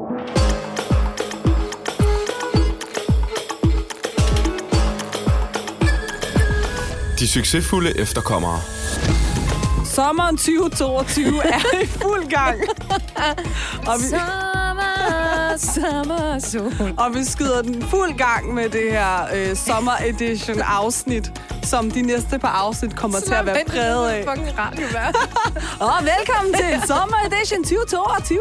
De succesfulde efterkommere. Sommeren 2022 er i fuld gang. Og vi... Sommer. Og vi skyder den fuld gang med det her Summer Edition afsnit, som de næste par afsnit kommer til at være præget af. Fucking radiovært. Og velkommen til Summer Edition 2022.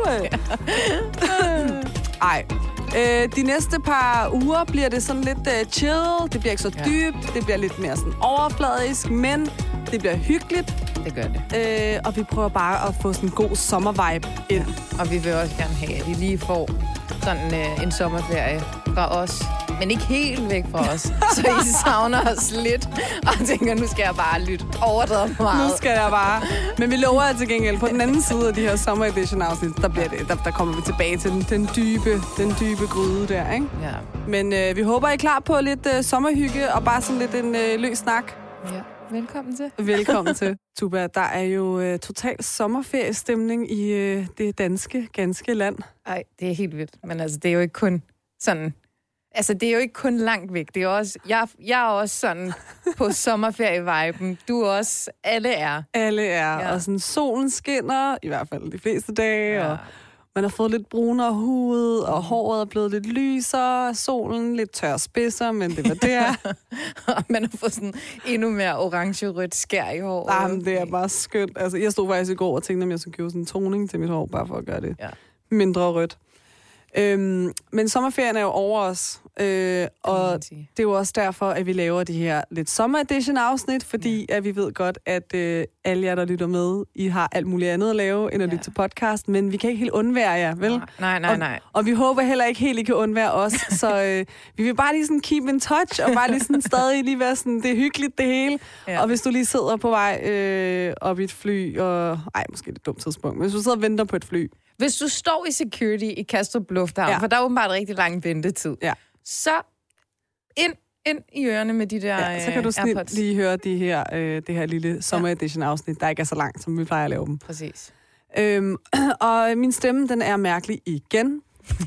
Ej. De næste par uger bliver det sådan lidt chill. Det bliver ikke så dybt. Det bliver lidt mere sådan overfladisk, men det bliver hyggeligt. Det gør det. Og vi prøver bare at få sådan en god sommervibe ind. Ja. Og vi vil også gerne have, at I lige får sådan en sommerferie fra os. Men ikke helt væk fra os. Så I savner os lidt. Og tænker, nu skal jeg bare lytte overdrevet meget. Nu skal jeg bare. Men vi lover til gengæld, på den anden side af de her Summer Edition afsnit, der kommer vi tilbage til den dybe gryde der, ikke? Ja. Men vi håber, I er klar på lidt sommerhygge og bare sådan lidt en løs snak. Ja. Velkommen til. Velkommen til. Tuba, der er jo total sommerferiestemning i det ganske land. Ej, det er helt vildt. Men altså, det er jo ikke kun sådan... Altså, det er jo ikke kun langt væk. Det er også... Jeg er også sådan på sommerferie-viben. Du er også... Alle er. Alle er. Ja. Og sådan solen skinner, i hvert fald de fleste dage, og man har fået lidt brunere hud, og håret er blevet lidt lysere, solen lidt tør spidser, men det var der. Og man har fået sådan endnu mere orange-rødt skær i håret. Jamen, det er bare skønt. Altså, jeg stod faktisk i går og tænkte, om jeg skulle købe sådan en toning til mit hår, bare for at gøre det mindre rødt. Men sommerferien er jo over os, og det er jo også derfor, at vi laver de her lidt Summer Edition afsnit, fordi at vi ved godt, at alle jer, der lytter med, I har alt muligt andet at lave, end at lytte til podcast, men vi kan ikke helt undvære jer, vel? Nej. Og vi håber heller ikke helt, I kan undvære os, så vi vil bare lige sådan keep in touch, og bare lige sådan stadig lige være sådan, det er hyggeligt det hele, og hvis du lige sidder på vej op i et fly, og måske det er et dumt tidspunkt, men hvis du sidder og venter på et fly, hvis du står i security i Kastrup Lufthavn, for der er åbenbart rigtig lang ventetid, så ind i ørerne med de der så kan du AirPods. lige høre det her lille Summer Edition afsnit, der ikke er så langt, som vi plejer at lave dem. Præcis. Og min stemme, den er mærkelig igen.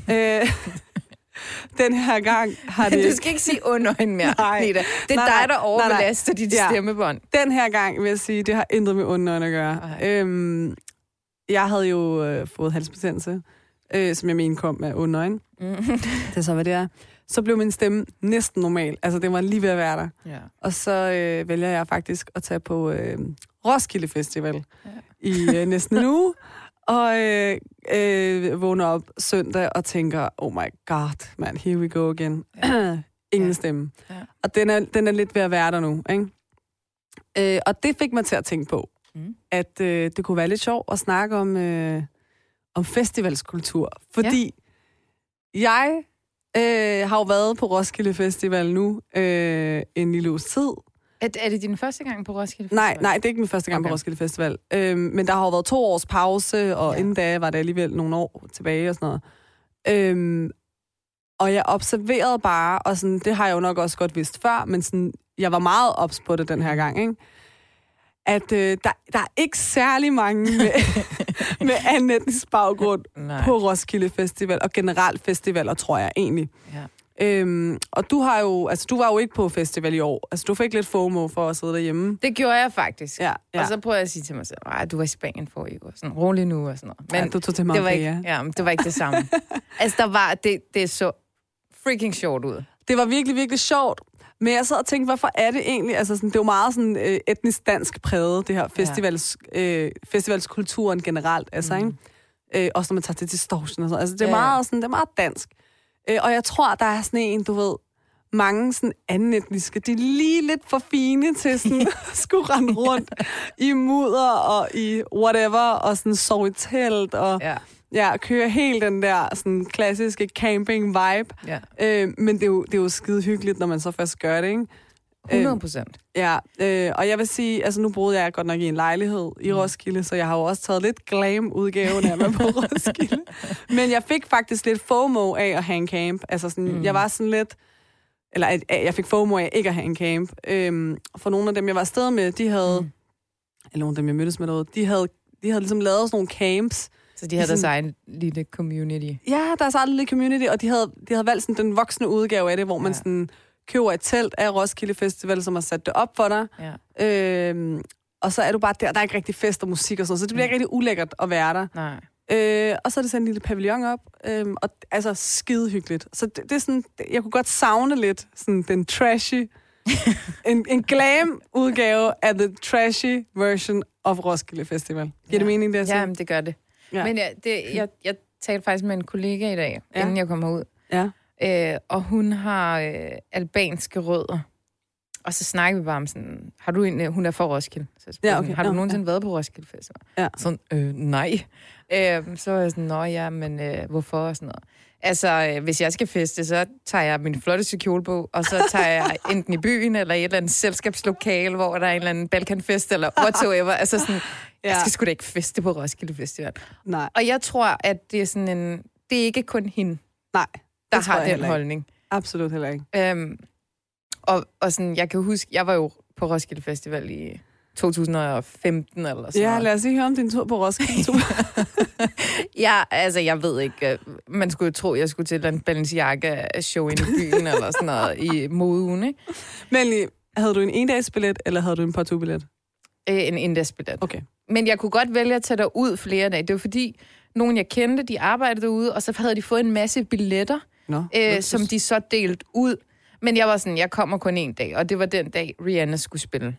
Den her gang har det... Du skal ikke sige ondøjen mere, Nita. Det er dig, der overbelaster dit stemmebånd. Den her gang, vil jeg sige, det har intet med ondøjen at gøre. Jeg havde jo fået halsbetændelse, som jeg mener kom med ondøjen. Det er så, hvad det er. Så blev min stemme næsten normal. Altså, det var lige ved at være der. Ja. Og så vælger jeg faktisk at tage på Roskilde Festival i næsten en uge. Og vågner op søndag og tænker, oh my god, man, here we go again. Ingen stemme. Ja. Og den er lidt ved at være der nu, ikke? Og det fik mig til at tænke på, at det kunne være lidt sjovt at snakke om festivalskultur. Fordi jeg har jo været på Roskilde Festival nu en lille uges tid. Er det din første gang på Roskilde Festival? Nej, det er ikke min første gang på Roskilde Festival. Men der har jo været 2 års pause, og inden da var det alligevel nogle år tilbage og sådan noget. Og jeg observerede bare, og sådan, det har jeg jo nok også godt vidst før, men sådan, jeg var meget ops på det den her gang, ikke? At der er ikke særlig mange med anden etnisk baggrund på Roskilde Festival, og generelt festivaler, tror jeg egentlig. Ja. Og du var jo ikke på festival i år. Altså, du fik lidt FOMO for at sidde derhjemme. Det gjorde jeg faktisk. Ja. Og så prøvede jeg at sige til mig selv, du var i Spanien for i går. Sådan rolig nu og sådan noget. Men du tog til Marbella. Men det var ikke det samme. Altså, det så freaking sjovt ud. Det var virkelig, virkelig sjovt. Men jeg sad og tænkte, hvorfor er det egentlig? Altså, sådan, det er jo meget sådan etnisk dansk præget, det her festivalskulturen generelt. Altså, ikke? Også når man tager til Distortion og sådan. Altså, det er meget sådan, det er meget dansk. Og jeg tror, der er sådan en, du ved, mange sådan anden etniske, de er lige lidt for fine til sådan skulle rende rundt i mudder og i whatever, og sådan sove i telt, og køre helt den der sådan klassiske camping-vibe. Ja. Men det er jo skide hyggeligt, når man så først gør det, ikke? 100%. Og jeg vil sige, altså nu boede jeg godt nok i en lejlighed i Roskilde, så jeg har jo også taget lidt glam-udgaven af mig på Roskilde. Men jeg fik faktisk lidt FOMO af at have en camp. Altså sådan, jeg var sådan lidt... Eller jeg fik FOMO af ikke at have en camp. For nogle af dem, jeg var afsted med, de havde... Eller nogle af dem, jeg mødtes med derude, de havde ligesom lavet sådan nogle camps Så de havde deres egen lille community. Ja, deres egen lille community, og de havde valgt sådan den voksne udgave af det, hvor man sådan køber et telt af Roskilde Festival, som har sat det op for dig. Ja. Og så er du bare der er ikke rigtig fest og musik og sådan, så det bliver ikke rigtig ulækkert at være der. Nej. Og så er det sådan en lille pavillon op, og altså skide hyggeligt. Så det er sådan, jeg kunne godt savne lidt sådan den trashy, en glam udgave af the trashy version of Roskilde Festival. Giver det mening, det jeg siger? Ja, det gør det. Ja. Men jeg talte faktisk med en kollega i dag, inden jeg kom herud. Ja. Og hun har albanske rødder. Og så snakker vi bare om sådan, hun er fra Roskilde. Så spurgte, har du nogensinde været på Roskilde Festival? Ja. Sådan, nej. Så var jeg sådan, men hvorfor? Og sådan noget. Altså, hvis jeg skal feste, så tager jeg min flotteste kjole på, og så tager jeg enten i byen, eller i et eller andet selskabslokale, hvor der er en eller anden Balkanfest, eller whatsoever. Altså sådan, jeg skal sgu da ikke feste på Roskilde Festival. Nej. Og jeg tror, at det er sådan det er ikke kun hende, der har den holdning. Absolut heller ikke. Og sådan, jeg kan huske, jeg var jo på Roskilde Festival i 2015 eller sådan noget. Lad os lige høre om din tur på Roskilde. Ja, altså, jeg ved ikke. Man skulle jo tro, jeg skulle til en Balenciaga-show inde i byen eller sådan noget i modeugen, ikke? Men havde du en endagsbillet, eller havde du en partout-billet? En endagsbillet. Okay. Men jeg kunne godt vælge at tage derud flere dage. Det var fordi, nogen jeg kendte, de arbejdede derude, og så havde de fået en masse billetter, som de så delte ud. Men jeg var sådan, jeg kommer kun en dag, og det var den dag, Rihanna skulle spille.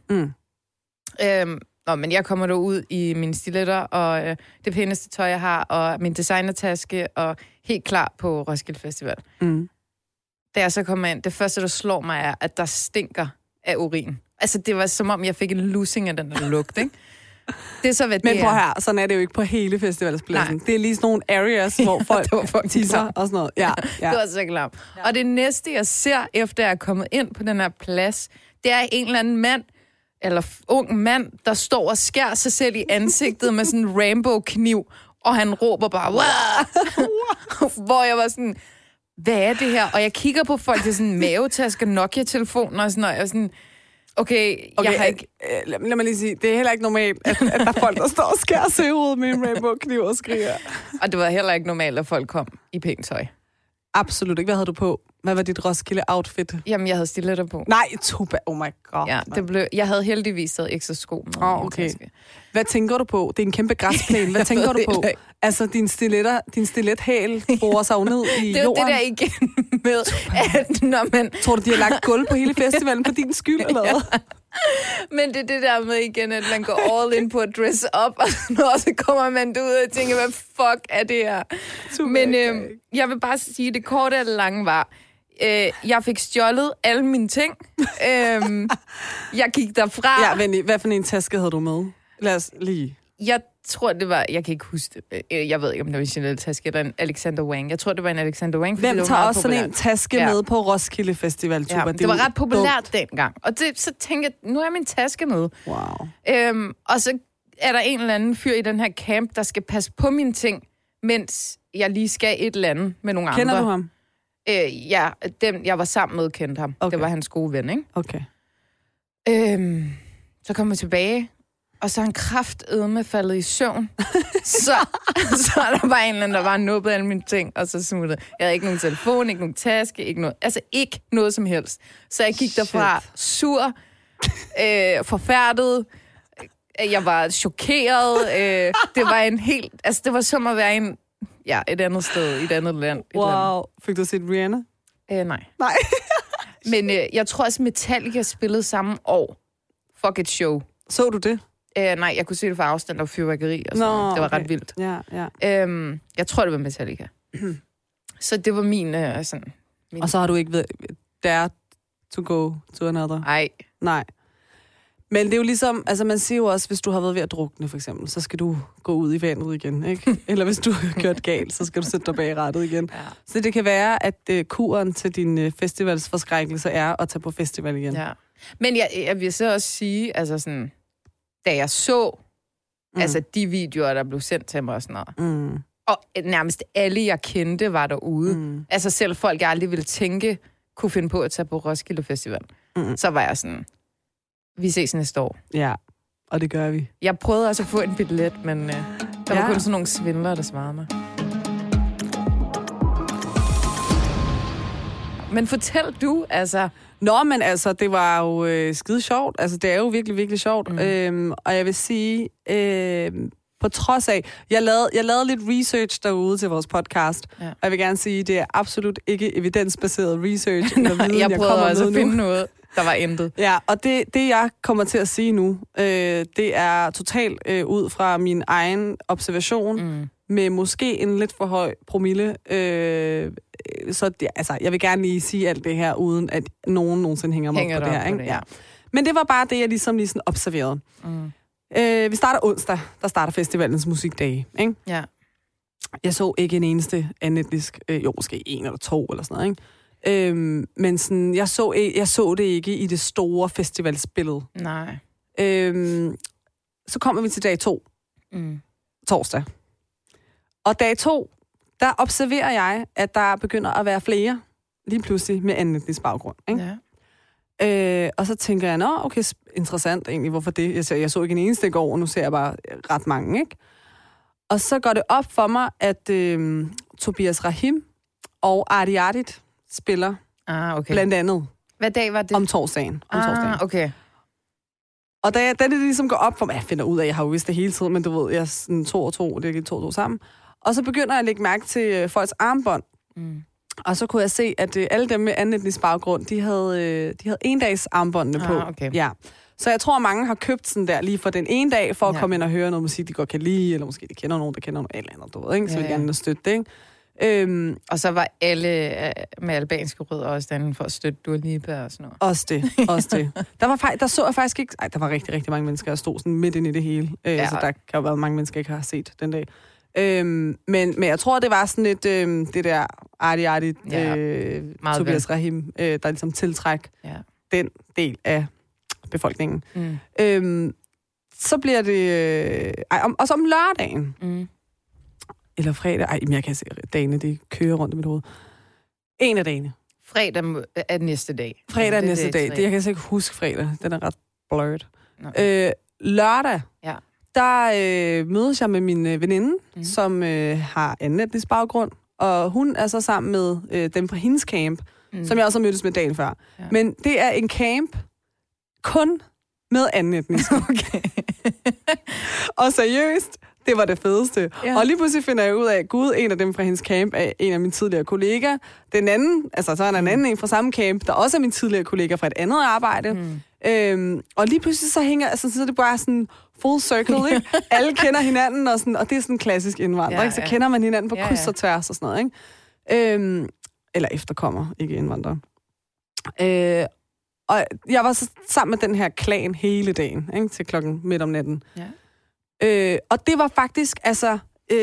Men jeg kommer derud i mine stiletter, og det pæneste tøj, jeg har, og min designertaske, og helt klar på Roskilde Festival. Da jeg så kommer ind, det første, der slår mig, er, at der stinker af urin. Altså, det var som om, jeg fik en lussing af den der lugt, ikke? Det er så, hvad det Men prøv her, sådan er det jo ikke på hele festivalspladsen. Det er lige sådan nogle areas, hvor folk tisser og sådan noget. Ja. Det var så klart. Ja. Og det næste, jeg ser, efter jeg er kommet ind på den her plads, det er en eller anden mand, eller ung mand, der står og skærer sig selv i ansigtet med sådan en rainbow-kniv, og han råber bare, hvor jeg var sådan, hvad er det her? Og jeg kigger på folk, det er sådan mavetasker, Nokia-telefoner og sådan noget, og sådan, okay, jeg har ikke... Lad mig lige sige, det er heller ikke normalt, at der er folk, der står og skærer sig i hovedet med en rainbow-kniv og skriger. Og det var heller ikke normalt, at folk kom i pænt tøj. Absolut ikke. Hvad havde du på? Hvad var dit Roskilde-outfit? Jamen, jeg havde stiletter på. Nej, tuba. Oh my god. Ja, jeg havde heldigvis taget ekstra sko med. Okay. Hvad tænker du på? Det er en kæmpe græsplæne. Hvad tænker du på? Altså, din stilethæl borer sig ned i det jorden. Det er det der igen med, at når man... Tror du, de har lagt gulv på hele festivalen for din skyld, eller hvad? Men det er det der med igen, at man går all in på at dress up, og så kommer man ud og tænker, hvad fuck er det her? Men jeg vil bare sige, at det korte og det lange var, jeg fik stjålet alle mine ting. Jeg gik derfra. Ja, men hvad for en taske havde du med? Lad os lige... Jeg tror, det var... Jeg kan ikke huske det. Jeg ved ikke, om det var en Chanel-taske eller en Alexander Wang. Jeg tror, det var en Alexander Wang. Hvem tager også sådan en taske med på Roskilde Festival? Ja, det var ret populært dengang. Og så tænkte jeg, nu er min taske med. Wow. Og så er der en eller anden fyr i den her camp, der skal passe på mine ting, mens jeg lige skal et eller andet med nogle andre. Kender du ham? Ja, dem jeg var sammen med kendte ham. Okay. Det var hans gode ven, ikke? Okay. Så kom jeg tilbage, og så er han kraftedme faldet i søvn. så er der bare en eller anden, der var nuppet alle mine ting, og så smuttede. Jeg havde ikke nogen telefon, ikke nogen taske, ikke noget. Altså ikke noget som helst. Så jeg gik derfra sur, forfærdet. Jeg var chokeret. Det var en helt... Altså, det var som at være et andet sted, i et andet land. Wow. Fik du set Rihanna? Nej. Nej. Men jeg tror også, Metallica spillede samme år. Fuck et show. Så du det? Nej, jeg kunne se det fra afstand og fyrværkeri og sådan noget. Det var ret vildt. Ja. Jeg tror, det var Metallica. Så det var min... Og så har du ikke dare to go to another? Nej. Men det er jo ligesom, altså man siger jo også, hvis du har været ved at drukne for eksempel, så skal du gå ud i vandet igen, ikke? Eller hvis du har kørt galt, så skal du sætte dig bag rattet igen. Ja. Så det kan være, at kuren til din festivalsforskrækkelse er at tage på festival igen. Ja. Men jeg vil så også sige, altså sådan, da jeg så altså de videoer, der blev sendt til mig og sådan noget, og nærmest alle, jeg kendte, var derude. Altså selv folk, jeg aldrig ville tænke, kunne finde på at tage på Roskilde Festival. Så var jeg sådan... Vi ses næste år. Ja, og det gør vi. Jeg prøvede også at få en billet, men Der var kun sådan nogle svindlere, der svarede mig. Men fortæl du, altså... Nå, men altså, det var jo skide sjovt. Altså, det er jo virkelig, virkelig sjovt. Og jeg vil sige, på trods af... Jeg lavede lidt research derude til vores podcast. Ja. Og jeg vil gerne sige, det er absolut ikke evidensbaseret research. Nej, jeg prøvede også at finde noget. Der var intet. Ja, og det jeg kommer til at sige nu, det er totalt ud fra min egen observation, med måske en lidt for høj promille. Så altså, jeg vil gerne lige sige alt det her, uden at nogen nogensinde hænger mig på det her. Ikke? Det, ja. Men det var bare det, jeg ligesom lige sådan observerede. Vi starter onsdag. Der starter festivalens musikdage. Ikke? Ja. Jeg så ikke en eneste anetnisk, jo måske en eller to eller sådan noget, ikke? Men sådan, jeg så det ikke i det store festivalsbillede. Nej. Så kommer vi til dag 2. Torsdag. Og dag 2, der observerer jeg, at der begynder at være flere, lige pludselig med anden etnisk baggrund. Ikke? Ja. Og så tænker jeg, okay, interessant egentlig, hvorfor det? Jeg så ikke en eneste i går, og nu ser jeg bare ret mange, ikke? Og så går det op for mig, at Tobias Rahim og Arti Ardit spiller blandt andet. Hvad dag var det? Om torsdagen. Okay. Og da det ligesom går op for mig, jeg finder ud af, jeg har jo vidst det hele tiden, men du ved, jeg er sådan 2 og 2, det er 2 og 2 sammen. Og så begynder jeg at lægge mærke til folks armbånd. Og så kunne jeg se, at alle dem med anden etnisk baggrund, de havde endags armbåndene på. Okay. Ja. Så jeg tror, at mange har købt sådan der lige for den ene dag, for at komme ind og høre noget musik, de godt kan lide, eller måske de kender nogen, der kender noget eller andet, du ved, ikke? Så vil gerne støtte det, ikke? Og så var alle med albanske rødder også derinde for at støtte Dua Lipa og sådan noget. Også det. Der så jeg faktisk ikke... der var rigtig, rigtig mange mennesker, der stod sådan midt ind i det hele. Så der kan jo være mange mennesker, ikke har set den dag. Men jeg tror, det var sådan et... det der Arti Ardit, Tobias Rahim, der ligesom tiltræk den del af befolkningen. Så bliver det... og så om lørdagen... Eller fredag. Jeg kan se dagene, de kører rundt i mit hoved. En af dagene. Fredag er næste dag. Fredag er næste dag. Det, jeg kan altså ikke huske fredag. Den er ret blurred. Lørdag, der mødes jeg med min veninde, som har anden etnisk baggrund. Og hun er så sammen med dem fra hendes camp, som jeg også har mødtes med dagen før. Ja. Men det er en camp kun med anden etnisk. Okay. Og seriøst, det var det fedeste. Ja. Og lige pludselig finder jeg ud af, at Gud, en af dem fra hendes camp, er en af mine tidligere kollegaer. Den anden, altså så er der en anden en fra samme camp, der også er min tidligere kollega fra et andet arbejde. Og lige pludselig så hænger, altså så er det bare sådan full circle, ikke? Alle kender hinanden, og det er sådan en klassisk indvandrer, ikke? Så kender man hinanden på kryds og tværs og sådan noget, ikke? Eller efterkommer, ikke indvandrer. Og jeg var så sammen med den her klan hele dagen, ikke? Til klokken midt om natten. Ja. Og det var faktisk, altså...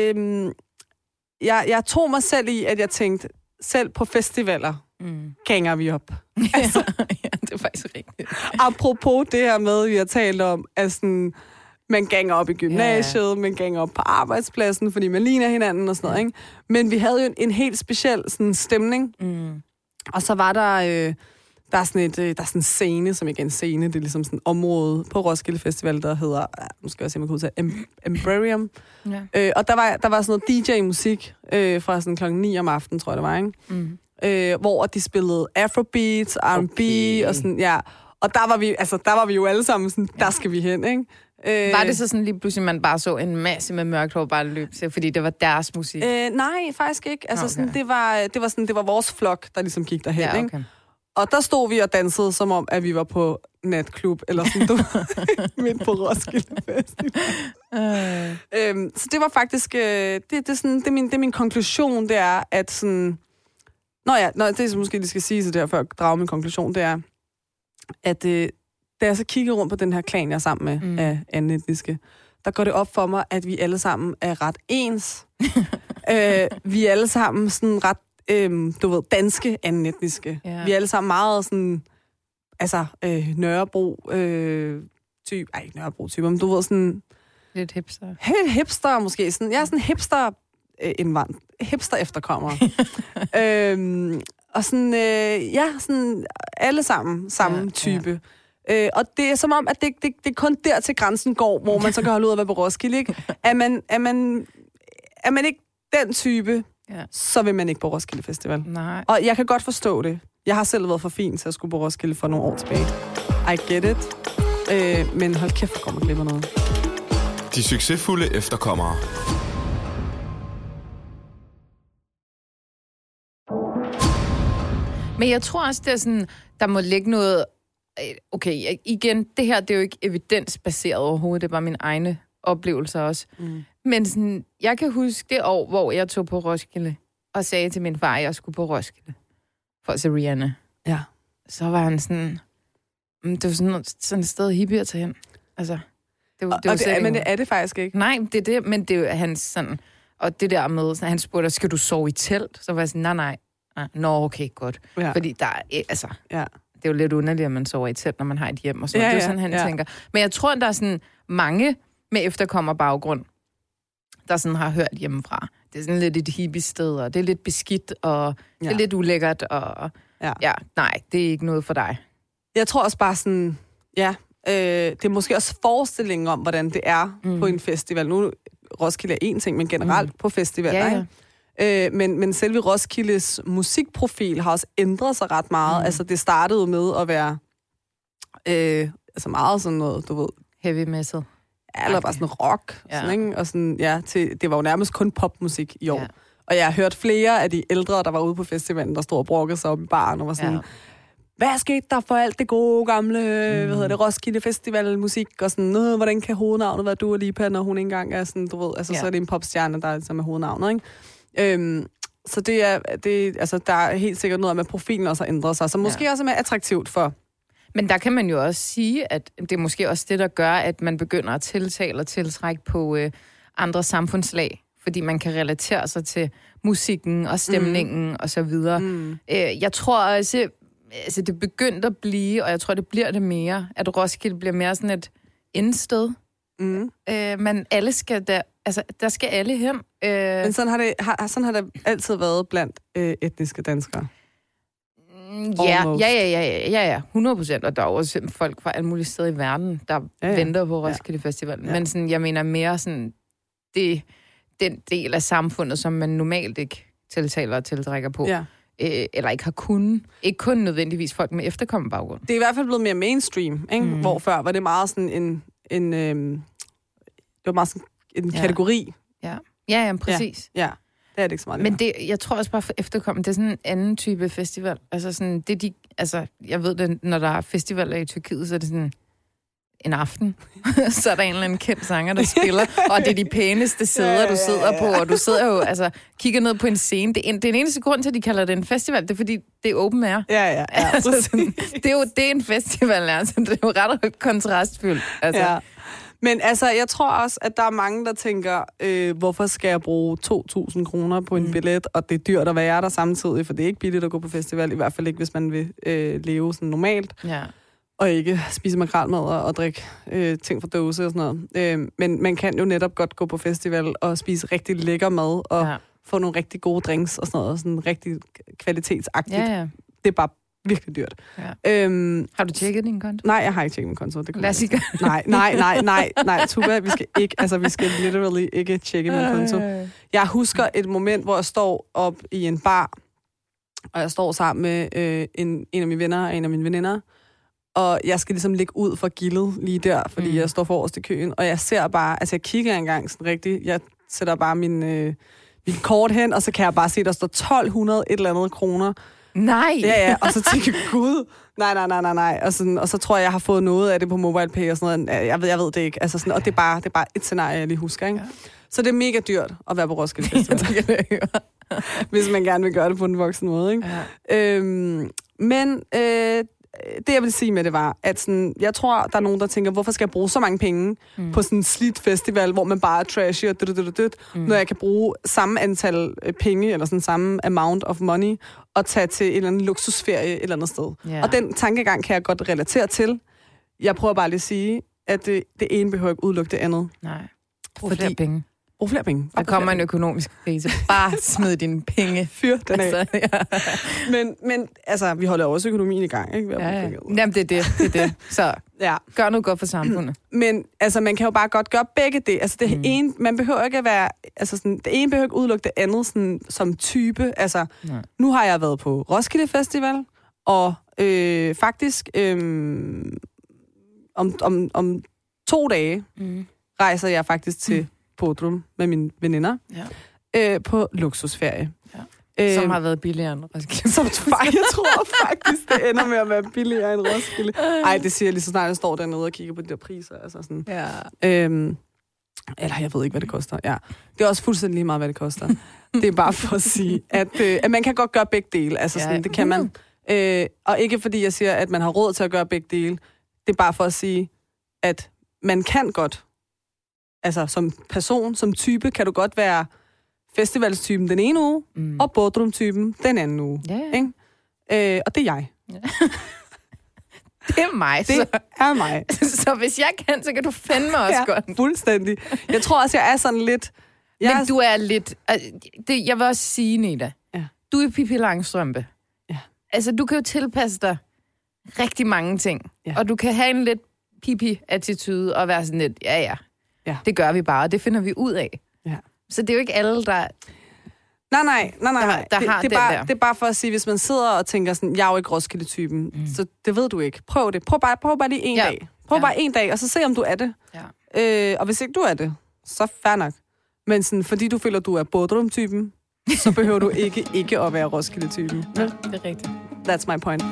jeg tog mig selv i, at jeg tænkte, selv på festivaler ganger vi op. Altså, ja, det er faktisk rigtigt. Apropos det her med, vi har talt om, at sådan, man ganger op i gymnasiet, man ganger op på arbejdspladsen, fordi man ligner hinanden og sådan noget, ikke? Men vi havde jo en helt speciel sådan, stemning. Og så var der... Der er sådan en scene, som ikke er en scene, det er ligesom sådan et område på Roskilde Festival, der hedder, nu skal jeg se, om jeg kan udtale, Emporium. Ja. Og der var sådan noget DJ-musik fra sådan klokken 9 om aftenen, tror jeg det var, ikke? Hvor de spillede Afrobeats, R&B og sådan, ja. Og der var vi jo alle sammen sådan, der skal vi hen, ikke? Var det så sådan lige pludselig, man bare så en masse med mørkt hår bare løb til, fordi det var deres musik? Nej, faktisk ikke. Altså, sådan, det var vores flok, der ligesom gik derhen, ja, okay. Ikke? Og der stod vi og dansede, som om, at vi var på natklub, eller sådan, du midt på Roskilde Festival. Så det var faktisk, det er min konklusion, det er, at sådan, det er måske, de skal sige sig der, før at drage min konklusion, det er, at da jeg så kigger rundt på den her klan, jeg er sammen med, af anden etniske, der går det op for mig, at vi alle sammen er ret ens. Vi er alle sammen sådan ret, du ved, danske anden etniske. Yeah. Vi er alle sammen meget sådan, altså, Nørrebro-type. Ej, ikke Nørrebro-type, men du ved, sådan... Lidt hipster. Helt hipster, måske. Sådan, jeg er sådan hipster... hipster-efterkommere. Og sådan, sådan alle sammen samme type. Og det er som om, at det er kun der til grænsen går, hvor man så kan holde ud at være på Roskilde, ikke? Er man ikke den type, så vil man ikke på Roskilde Festival. Nej. Og jeg kan godt forstå det. Jeg har selv været for fin til at skulle på Roskilde for nogle år tilbage. I get it. Men hold kæft, hvor kommer glipper noget. De succesfulde efterkommere. Men jeg tror også, det er sådan, der må ligge noget... Okay, igen, det her, det er jo ikke evidensbaseret overhovedet, det er bare mine egne oplevelser også. Men sådan, jeg kan huske det år, hvor jeg tog på Roskilde, og sagde til min far, at jeg skulle på Roskilde for at se Rihanna. Ja. Så var han sådan... Det var sådan et sted hippie at tage hen. Altså, men det er det faktisk ikke. Nej, det er det, men det er jo hans sådan... Og det der med, han spurgte, skal du sove i telt? Så var jeg sådan, nej. Nå, okay, godt. Ja. Fordi der er, altså... Ja. Det er jo lidt underligt, at man sover i telt, når man har et hjem og sådan. Det er sådan, han tænker. Men jeg tror, der er sådan mange med efterkommerbaggrund, der sådan har hørt hjemmefra. Det er sådan lidt et hippie-sted, og det er lidt beskidt, og det er lidt ulækkert, og nej, det er ikke noget for dig. Jeg tror også bare sådan, det er måske også forestillingen om, hvordan det er på en festival. Nu Roskilde er én ting, men generelt på festivaler, men selve Roskildes musikprofil har også ændret sig ret meget. Altså, det startede med at være altså meget sådan noget, du ved... Heavy metal. Ja, eller bare sådan rock. Sådan, ikke? Og sådan, det var jo nærmest kun popmusik i år. Ja. Og jeg har hørt flere af de ældre, der var ude på festivalen, der stod og brokkede sig op i baren og var sådan... Hvad skete der for alt det gode, gamle, Roskilde Festival musik, og sådan, hvordan kan hovednavnet være Dua Lipa, når hun ikke engang er sådan, du ved, altså så er det en popstjerne, der er hovednavnet, ikke? Så altså, der er helt sikkert noget med, at profilen også har ændret sig, så måske også er mere attraktivt for... Men der kan man jo også sige, at det er måske også det, der gør, at man begynder at tiltale og tiltrække på andre samfundslag, fordi man kan relatere sig til musikken og stemningen og så videre. Jeg tror også, altså det begyndte at blive, og jeg tror, det bliver det mere, at Roskilde bliver mere sådan et indsted. Men alle skal der skal alle hen. Men sådan har det altid været blandt etniske danskere. Ja, 100%. Og der er også folk fra alle mulige steder i verden, der venter på Roskilde Festivalen. Men sådan, jeg mener mere sådan, den del af samfundet, som man normalt ikke tiltaler og tiltrækker på. Ja. Eller ikke har kunnet. Ikke kun nødvendigvis folk med efterkommebaggrund. Det er i hvert fald blevet mere mainstream, ikke? Hvor før var det meget sådan det var meget sådan en kategori. Ja, præcis. Ja. Det er det ikke så meget. Men jeg tror også bare for efterkommende, det er sådan en anden type festival. Altså sådan, jeg ved det, når der er festivaler i Tyrkiet, så er det sådan en aften. Så er der en eller anden kendt sanger, der spiller, og det er de pæneste sæder, du sidder på, og du sidder jo, altså, kigger ned på en scene. Det er en eneste grund til, at de kalder det en festival, det er fordi, det er open air. Ja. Altså, sådan, det er en festival, altså. Det er jo ret kontrastfyldt. Altså. Ja. Men altså, jeg tror også, at der er mange, der tænker, hvorfor skal jeg bruge 2.000 kroner på en billet, og det er dyrt at være der samtidig, for det er ikke billigt at gå på festival, i hvert fald ikke, hvis man vil leve sådan normalt, og ikke spise makrelmad og drikke ting fra dåse og sådan noget. Men man kan jo netop godt gå på festival og spise rigtig lækker mad, og få nogle rigtig gode drinks og sådan noget, sådan rigtig kvalitetsagtigt. Ja. Det er bare virkelig dyrt. Ja. Har du tjekket din konto? Nej, jeg har ikke tjekket min konto. Det lad os ikke. Nej, Tuba, vi skal literally ikke tjekke min konto. Jeg husker et moment, hvor jeg står op i en bar, og jeg står sammen med en af mine venner og en af mine veninder, og jeg skal ligesom ligge ud for gildet lige der, fordi jeg står forrest i køen, og jeg ser bare, altså jeg kigger engang sådan rigtigt, jeg sætter bare min kort hen, og så kan jeg bare se, der står 1.200 et eller andet kroner. Nej! Ja, og så tænker jeg, gud, nej. Og så tror jeg har fået noget af det på MobilePay og sådan noget. Jeg ved det ikke. Altså sådan, og det er bare et scenarie, jeg lige husker, ikke? Ja. Så det er mega dyrt at være på Roskilde Festival. Hvis man gerne vil gøre det på en voksen måde, ikke? Ja. Men det, jeg vil sige med det var, at sådan, jeg tror, der er nogen, der tænker, hvorfor skal jeg bruge så mange penge på sådan en slidt festival, hvor man bare er trashy og når jeg kan bruge samme antal penge, eller sådan samme amount of money, og tage til en eller anden luksusferie et eller andet sted. Yeah. Og den tankegang kan jeg godt relatere til. Jeg prøver bare lige at sige, at det ene behøver ikke udelukke det andet. Nej. Brug flere penge. Brug flere penge. Der kommer en økonomisk krise. Bare smid dine penge. Fyr den af. Altså, ja. Men altså, vi holder også økonomien i gang, ikke? Ja. Jamen, det er det. Så gør noget godt for samfundet. Men altså, man kan jo bare godt gøre begge det. Altså, det ene, man behøver ikke at være... Altså, sådan, det ene behøver ikke udelukke det andet sådan, som type. Altså, nu har jeg været på Roskilde Festival, og faktisk om 2 dage rejser jeg faktisk til Bodrum med mine veninder på luksusferie. Ja. Som har været billigere end Roskilde. Jeg tror faktisk, det ender med at være billigere end Roskilde. Ej, det siger jeg lige så snart, jeg står dernede og kigger på de der priser. Altså sådan. Ja. Eller jeg ved ikke, hvad det koster. Ja. Det er også fuldstændig lige meget, hvad det koster. Det er bare for at sige, at man kan godt gøre begge dele. Altså sådan, det kan man. Og ikke fordi jeg siger, at man har råd til at gøre begge dele. Det er bare for at sige, at man kan godt, altså som person, som type, kan du godt være festivalstypen den ene uge, og Bodrum-typen den anden uge. Yeah. Ikke? Og det er jeg. Yeah. Det er mig. Det er mig. Så hvis jeg kan, så kan du fandme også godt. Fuldstændig. Jeg tror også, jeg er sådan lidt... Men du er lidt... jeg vil også sige, Neda, du er Pippi Langstrømpe. Ja. Altså, du kan jo tilpasse dig rigtig mange ting. Ja. Og du kan have en lidt Pippi-attitude og være sådan lidt, ja, det gør vi bare, og det finder vi ud af. Ja. Så det er jo ikke alle, der... Nej. Det er bare for at sige, hvis man sidder og tænker sådan, jeg er jo ikke Roskilde-typen, så det ved du ikke. Prøv det. Prøv bare lige en dag. Prøv bare en dag, og så se, om du er det. Ja. Og hvis ikke du er det, så fair nok. Men sådan, fordi du føler, du er Bodrum-typen, så behøver du ikke at være Roskilde-typen. Ja, det er rigtigt. That's my point.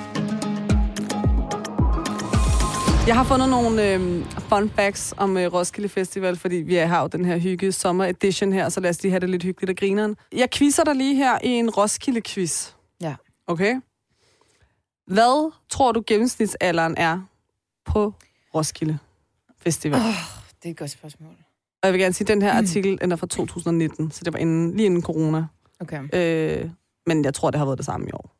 Jeg har fundet nogle fun facts om Roskilde Festival, fordi vi har jo den her hygge sommer edition her, så lad os lige have det lidt hyggeligt og grineren. Jeg quizzer dig lige her i en Roskilde-quiz. Ja. Okay? Hvad tror du gennemsnitsalderen er på Roskilde Festival? Det er et godt spørgsmål. Og jeg vil gerne sige, at den her artikel den er fra 2019, så det var lige inden corona. Okay. Men jeg tror, det har været det samme i år.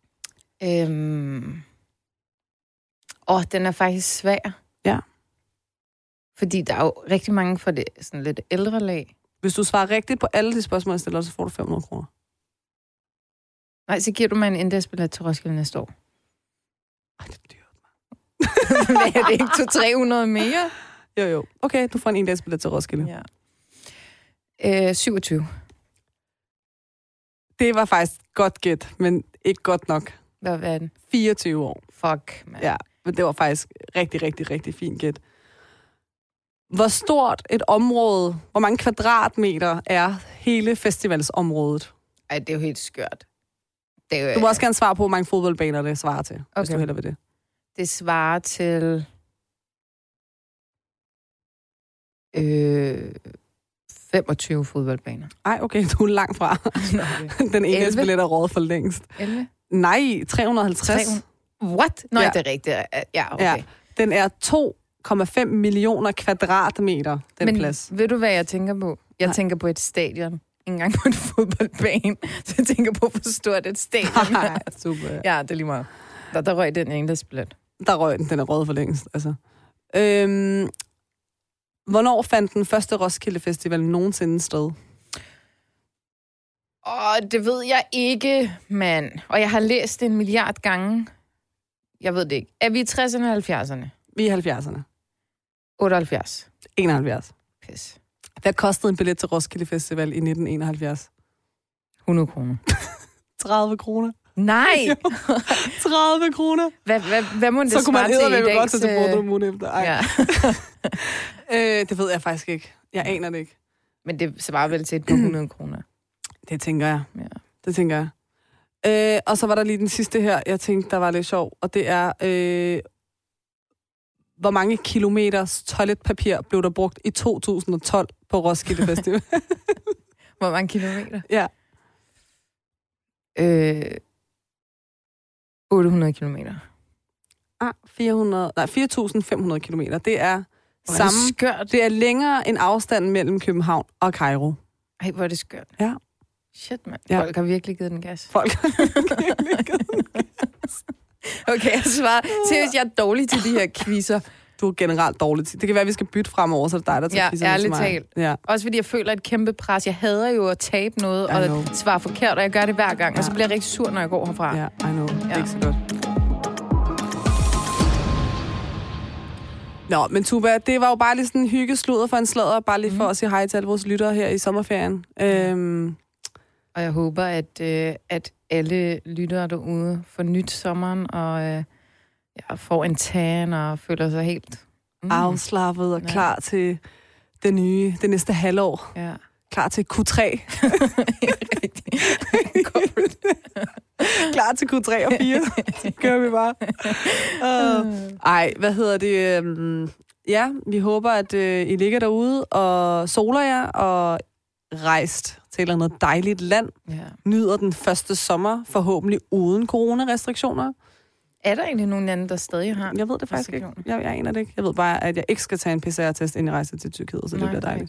Den er faktisk svær. Ja. Fordi der er jo rigtig mange for det sådan lidt ældre lag. Hvis du svarer rigtigt på alle de spørgsmål, jeg stiller, så får du 500 kroner. Nej, så giver du mig en indeksbillet til Roskilde næste år. Ej, det er dyrt, man. Er det ikke 200-300 mere? Jo. Okay, du får en indeksbillet til Roskilde. Ja. 27. Det var faktisk godt gæt, men ikke godt nok. Hvad er den? 24 år. Fuck, man. Ja, men det var faktisk rigtig, rigtig, rigtig fint gæt. Hvor stort et område, hvor mange kvadratmeter er hele festivalsområdet? Ej, det er jo helt skørt. Du må også gerne svare på, hvor mange fodboldbaner det svarer til, hvis du hellere vil det. Det svarer til... 25 fodboldbaner. Ej, okay, du er langt fra. Den ene billet er råd for længst. 11? Nej, 350. What? Nå, det er rigtigt. Ja, okay. Ja, den er 2,5 millioner kvadratmeter, den plads. Ved du, hvad jeg tænker på? Jeg tænker på et stadion. Ikke engang på en fodboldbane. Så jeg tænker på, hvor stort et stadion er. Super. Ja, det er lige meget. Der røg den endagsbillet. Der røg den er råd for længst, altså. Hvornår fandt den første Roskilde Festival nogensinde sted? Det ved jeg ikke, mand. Og jeg har læst det 1 milliard gange. Jeg ved det ikke. Er vi i 60'erne eller 70'erne? Vi er i 70'erne. 78. 71. Pis. Hvad kostede en billet til Roskilde Festival i 1971? 100 kroner. 30 kroner. Nej! 30 kroner. Hvad må det så kunne man eddermame godt til Bodrum ugen efter. Ja. Det ved jeg faktisk ikke. Jeg aner det ikke. Men det svarer vel til et par 100 kroner. Det tænker jeg. Ja. Det tænker jeg. Og så var der lige den sidste her, jeg tænkte, der var lidt sjov. Og det er, hvor mange kilometers toiletpapir blev der brugt i 2012 på Roskilde Festival? Hvor mange kilometer? Ja. 800 kilometer. 4.500 kilometer. Det er samme. Det er længere end afstanden mellem København og Kairo. Ej, hvor er det skørt. Ja. Shit, mand. Ja. Folk har virkelig givet den gas. Folk har virkelig givet den gas. Okay, jeg svarer. Seriøst, jeg er dårlig til de her quizzer. Du er generelt dårlig til. Det kan være, at vi skal bytte fremover, så det er dig, der tager quizerne til mig. Ja, ærligt talt. Også fordi jeg føler et kæmpe pres. Jeg hader jo at tabe noget og svare forkert, og jeg gør det hver gang. Og så bliver jeg rigtig sur, når jeg går herfra. Ja, I know. Det er ikke så godt. Nå, men Tuba, det var jo bare lige sådan en hyggesludder for en sladder, bare lige for at sige hej til alle vores lyttere her i sommerferien. Og jeg håber, at alle lyttere derude får nyt sommeren, og får en tan og føler sig helt afslappet og klar til det næste halvår. Ja. Klar til Q3. Klar til Q3 og 4. Så kører vi bare. Hvad hedder det? Ja, vi håber, at I ligger derude og soler jer og rejst til et eller andet dejligt land. Ja. Nyder den første sommer, forhåbentlig uden coronarestriktioner. Er der egentlig nogen anden, der stadig har? Jeg ved det faktisk ikke. Jeg aner det ikke. Jeg ved bare, at jeg ikke skal tage en PCR-test, inden jeg rejser til Tyrkiet, så det bliver dejligt.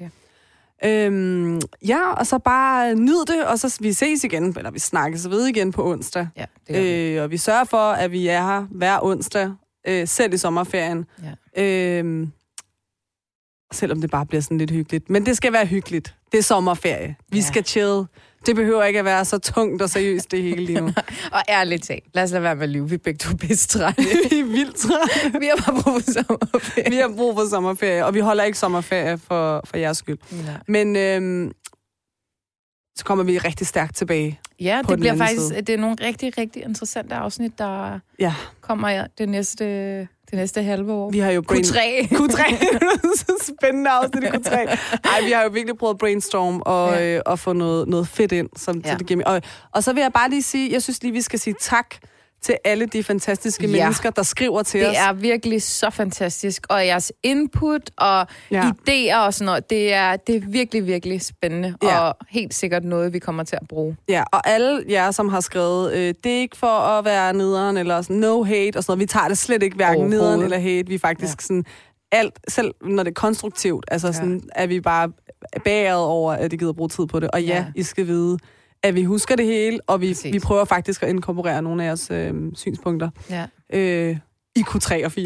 Ja, og så bare nyd det, og så vi ses igen, eller vi snakkes ved igen på onsdag. Ja, det og vi sørger for, at vi er her hver onsdag, selv i sommerferien. Ja. Selvom det bare bliver sådan lidt hyggeligt. Men det skal være hyggeligt. Det er sommerferie. Vi skal chill. Det behøver ikke at være så tungt og seriøst det hele lige nu. Og ærligt talt, lad os lade være med at lyve. Vi er begge to bedst trætte. Vi er vildt trætte. Vi har bare brug for sommerferie. Vi har brug for sommerferie, og vi holder ikke sommerferie for jeres skyld. Ja. Men så kommer vi rigtig stærkt tilbage. Ja, det bliver faktisk det er nogle rigtig, rigtig interessante afsnit, der kommer det næste halve år. Vi har jo Q3. Så spændende afsnit i Q3. Ej, vi har jo virkelig prøvet at brainstorm og få noget fedt ind. Så det giver og så vil jeg bare lige sige, jeg synes lige, vi skal sige tak til alle de fantastiske mennesker, der skriver til os. Det er virkelig så fantastisk. Og jeres input og idéer og sådan noget, det er virkelig, virkelig spændende. Ja. Og helt sikkert noget, vi kommer til at bruge. Ja, og alle jer, som har skrevet, det er ikke for at være nederen eller sådan, no hate og sådan noget. Vi tager det slet ikke hverken nederen eller hate. Vi er faktisk sådan alt, selv når det er konstruktivt, altså sådan, er vi bare bagud over, at I gider bruge tid på det. Og I skal vide, at vi husker det hele, og vi prøver faktisk at inkorporere nogle af jeres synspunkter i Q3 og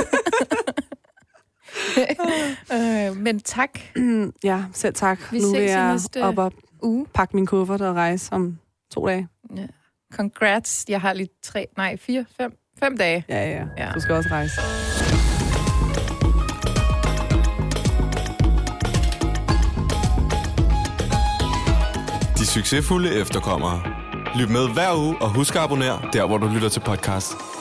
4. Men tak. Ja, selv tak. Vi nu vil jeg op og pakke min kuffert og rejse om 2 dage. Ja. Congrats. Jeg har lige 5 dage. Ja. Du skal også rejse. De succesfulde efterkommere. Lyt med hver uge og husk at abonnere der, hvor du lytter til podcast.